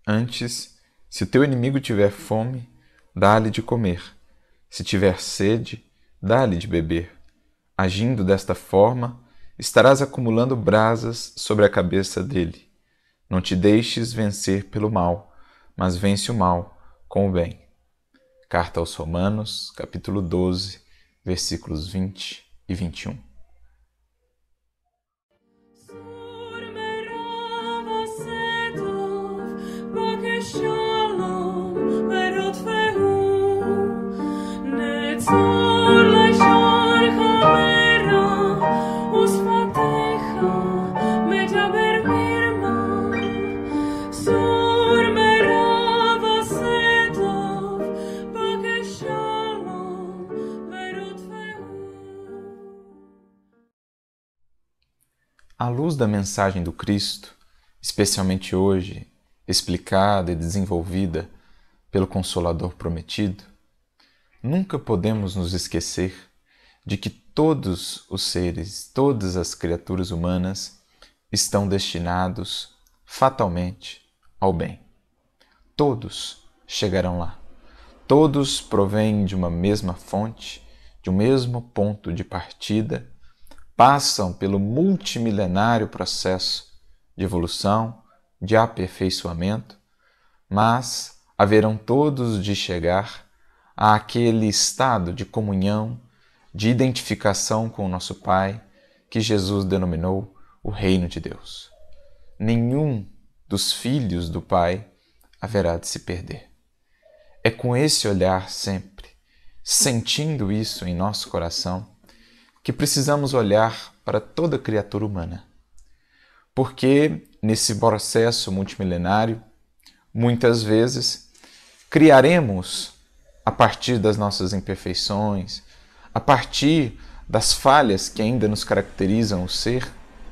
Antes, se o teu inimigo tiver fome, dá-lhe de comer. Se tiver sede, dá-lhe de beber. Agindo desta forma, estarás acumulando brasas sobre a cabeça dele. Não te deixes vencer pelo mal, mas vence o mal com o bem. Carta aos Romanos, capítulo 12, versículos 20 e 21. À luz da mensagem do Cristo, especialmente hoje, explicada e desenvolvida pelo Consolador prometido, nunca podemos nos esquecer de que todos os seres, todas as criaturas humanas estão destinados fatalmente ao bem. Todos chegarão lá. Todos provêm de uma mesma fonte, de um mesmo ponto de partida, passam pelo multimilenário processo de evolução, de aperfeiçoamento, mas haverão todos de chegar àquele estado de comunhão, de identificação com o nosso Pai, que Jesus denominou o Reino de Deus. Nenhum dos filhos do Pai haverá de se perder. É com esse olhar sempre, sentindo isso em nosso coração, que precisamos olhar para toda criatura humana. Porque nesse processo multimilenário, muitas vezes, criaremos, a partir das nossas imperfeições, a partir das falhas que ainda nos caracterizam o ser,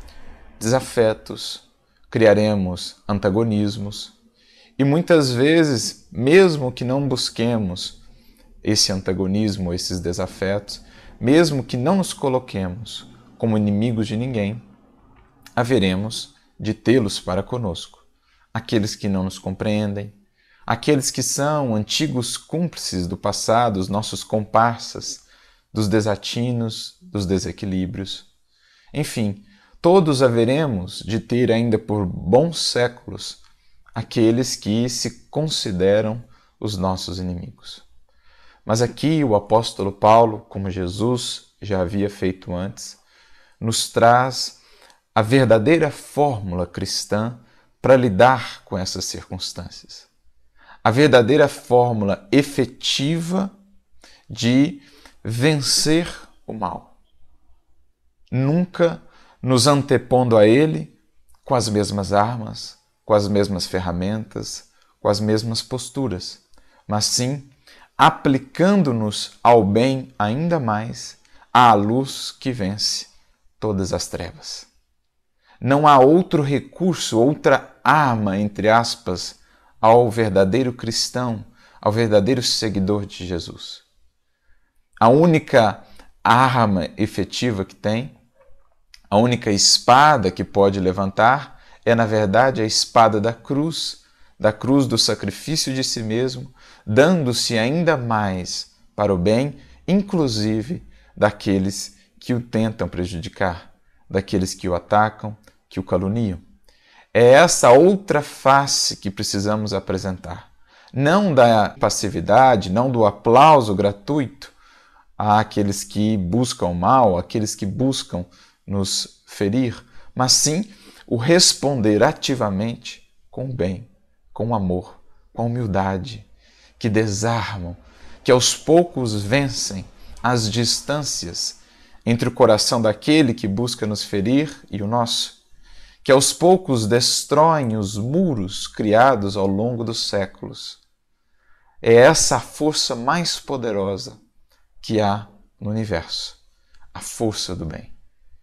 desafetos, criaremos antagonismos e muitas vezes, mesmo que não busquemos esse antagonismo, esses desafetos, mesmo que não nos coloquemos como inimigos de ninguém, haveremos de tê-los para conosco. Aqueles que não nos compreendem, aqueles que são antigos cúmplices do passado, os nossos comparsas, dos desatinos, dos desequilíbrios. Enfim, todos haveremos de ter ainda por bons séculos aqueles que se consideram os nossos inimigos. Mas aqui o apóstolo Paulo, como Jesus já havia feito antes, nos traz a verdadeira fórmula cristã para lidar com essas circunstâncias. A verdadeira fórmula efetiva de vencer o mal. Nunca nos antepondo a ele com as mesmas armas, com as mesmas ferramentas, com as mesmas posturas, mas sim aplicando-nos ao bem ainda mais, à luz que vence todas as trevas. Não há outro recurso, outra arma, entre aspas, ao verdadeiro cristão, ao verdadeiro seguidor de Jesus. A única arma efetiva que tem, a única espada que pode levantar, é, na verdade, a espada da cruz do sacrifício de si mesmo, dando-se ainda mais para o bem, inclusive daqueles que o tentam prejudicar, daqueles que o atacam, que o caluniam. É essa outra face que precisamos apresentar. Não da passividade, não do aplauso gratuito àqueles que buscam o mal, àqueles que buscam nos ferir, mas sim o responder ativamente com o bem, com o amor, com a humildade, que desarmam, que aos poucos vencem as distâncias entre o coração daquele que busca nos ferir e o nosso, que aos poucos destroem os muros criados ao longo dos séculos. É essa a força mais poderosa que há no universo, a força do bem.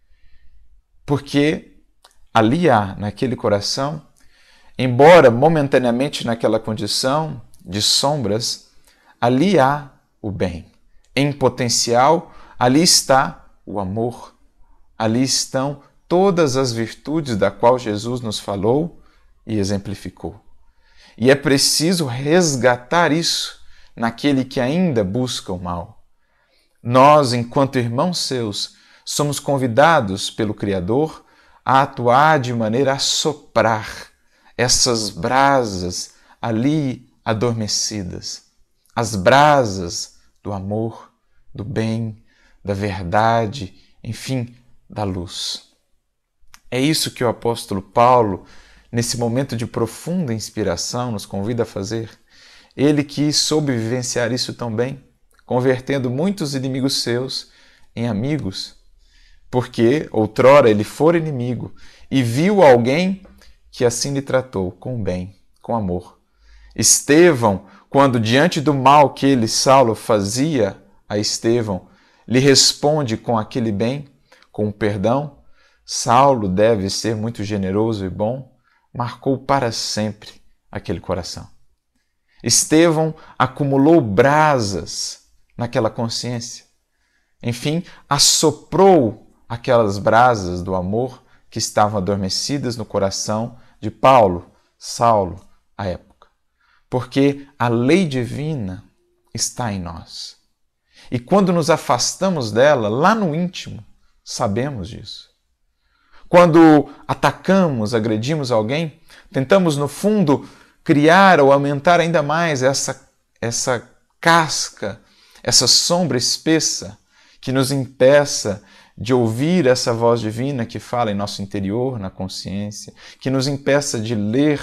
Porque ali há, naquele coração, embora momentaneamente naquela condição de sombras, ali há o bem. Em potencial, ali está o amor. Ali estão todas as virtudes da qual Jesus nos falou e exemplificou. E é preciso resgatar isso naquele que ainda busca o mal. Nós, enquanto irmãos seus, somos convidados pelo Criador a atuar de maneira a soprar essas brasas ali adormecidas, as brasas do amor, do bem, da verdade, enfim, da luz. É isso que o apóstolo Paulo, nesse momento de profunda inspiração, nos convida a fazer. Ele que soube vivenciar isso tão bem, convertendo muitos inimigos seus em amigos, porque outrora ele fora inimigo e viu alguém que assim lhe tratou com bem, com amor. Estevão, quando diante do mal que ele, Saulo, fazia a Estevão, lhe responde com aquele bem, com o perdão, Saulo deve ser muito generoso e bom, marcou para sempre aquele coração. Estevão acumulou brasas naquela consciência. Enfim, assoprou aquelas brasas do amor que estavam adormecidas no coração de Paulo, Saulo, à época. Porque a lei divina está em nós. E quando nos afastamos dela, lá no íntimo, sabemos disso. Quando atacamos, agredimos alguém, tentamos, no fundo, criar ou aumentar ainda mais essa casca, essa sombra espessa que nos impeça de ouvir essa voz divina que fala em nosso interior, na consciência, que nos impeça de ler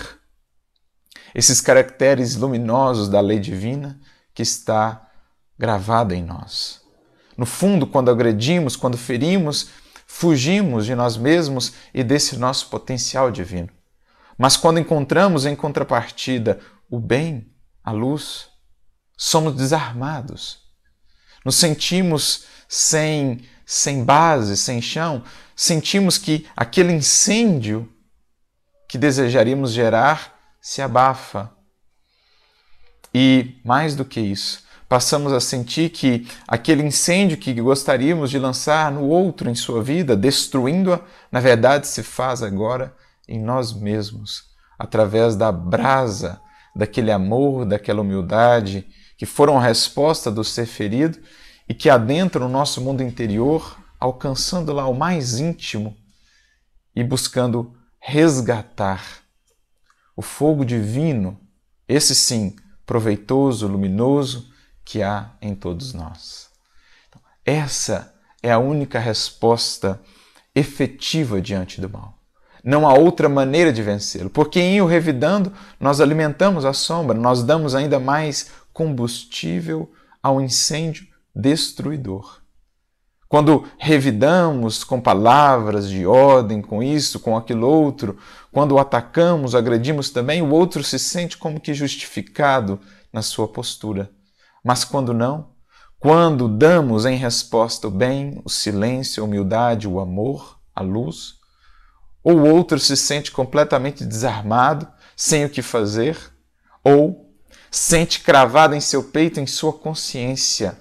esses caracteres luminosos da lei divina que está gravada em nós. No fundo, quando agredimos, quando ferimos, fugimos de nós mesmos e desse nosso potencial divino. Mas quando encontramos em contrapartida o bem, a luz, somos desarmados. Nos sentimos sem base, sem chão. Sentimos que aquele incêndio que desejaríamos gerar se abafa. E, mais do que isso, passamos a sentir que aquele incêndio que gostaríamos de lançar no outro em sua vida, destruindo-a, na verdade se faz agora em nós mesmos, através da brasa, daquele amor, daquela humildade, que foram a resposta do ser ferido e que adentram o nosso mundo interior, alcançando lá o mais íntimo e buscando resgatar o fogo divino, esse sim, proveitoso, luminoso, que há em todos nós. Então, essa é a única resposta efetiva diante do mal. Não há outra maneira de vencê-lo, porque em o revidando nós alimentamos a sombra, nós damos ainda mais combustível ao incêndio destruidor. Quando revidamos com palavras de ordem, com isso, com aquilo outro, quando o atacamos, agredimos também, o outro se sente como que justificado na sua postura. Mas quando não, quando damos em resposta o bem, o silêncio, a humildade, o amor, a luz, ou o outro se sente completamente desarmado, sem o que fazer, ou sente cravado em seu peito, em sua consciência,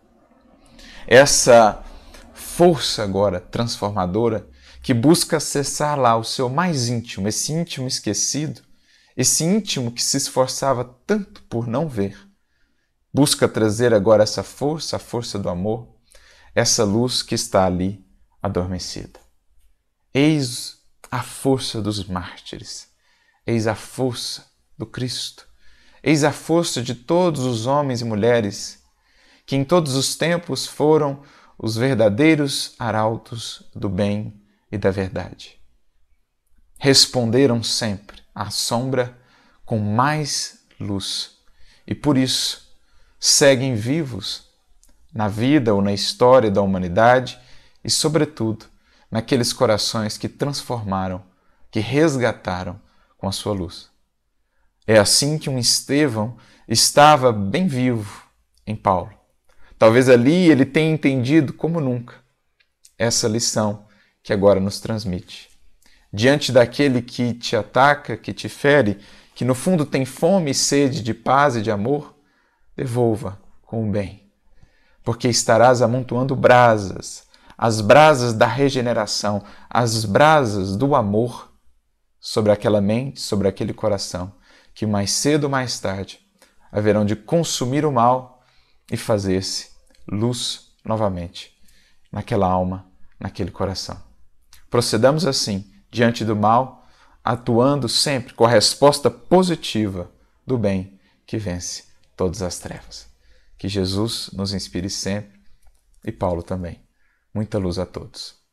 essa força agora transformadora que busca acessar lá o seu mais íntimo, esse íntimo esquecido, esse íntimo que se esforçava tanto por não ver. Busca trazer agora essa força, a força do amor, essa luz que está ali adormecida. Eis a força dos mártires, eis a força do Cristo, eis a força de todos os homens e mulheres que em todos os tempos foram os verdadeiros arautos do bem e da verdade. Responderam sempre à sombra com mais luz e por isso seguem vivos na vida ou na história da humanidade e, sobretudo, naqueles corações que transformaram, que resgataram com a sua luz. É assim que um Estevão estava bem vivo em Paulo. Talvez ali ele tenha entendido como nunca essa lição que agora nos transmite. Diante daquele que te ataca, que te fere, que no fundo tem fome e sede de paz e de amor, devolva com o bem, porque estarás amontoando brasas, as brasas da regeneração, as brasas do amor sobre aquela mente, sobre aquele coração que mais cedo ou mais tarde haverão de consumir o mal e fazer-se luz novamente naquela alma, naquele coração. Procedamos assim, diante do mal, atuando sempre com a resposta positiva do bem que vence todas as trevas. Que Jesus nos inspire sempre e Paulo também. Muita luz a todos.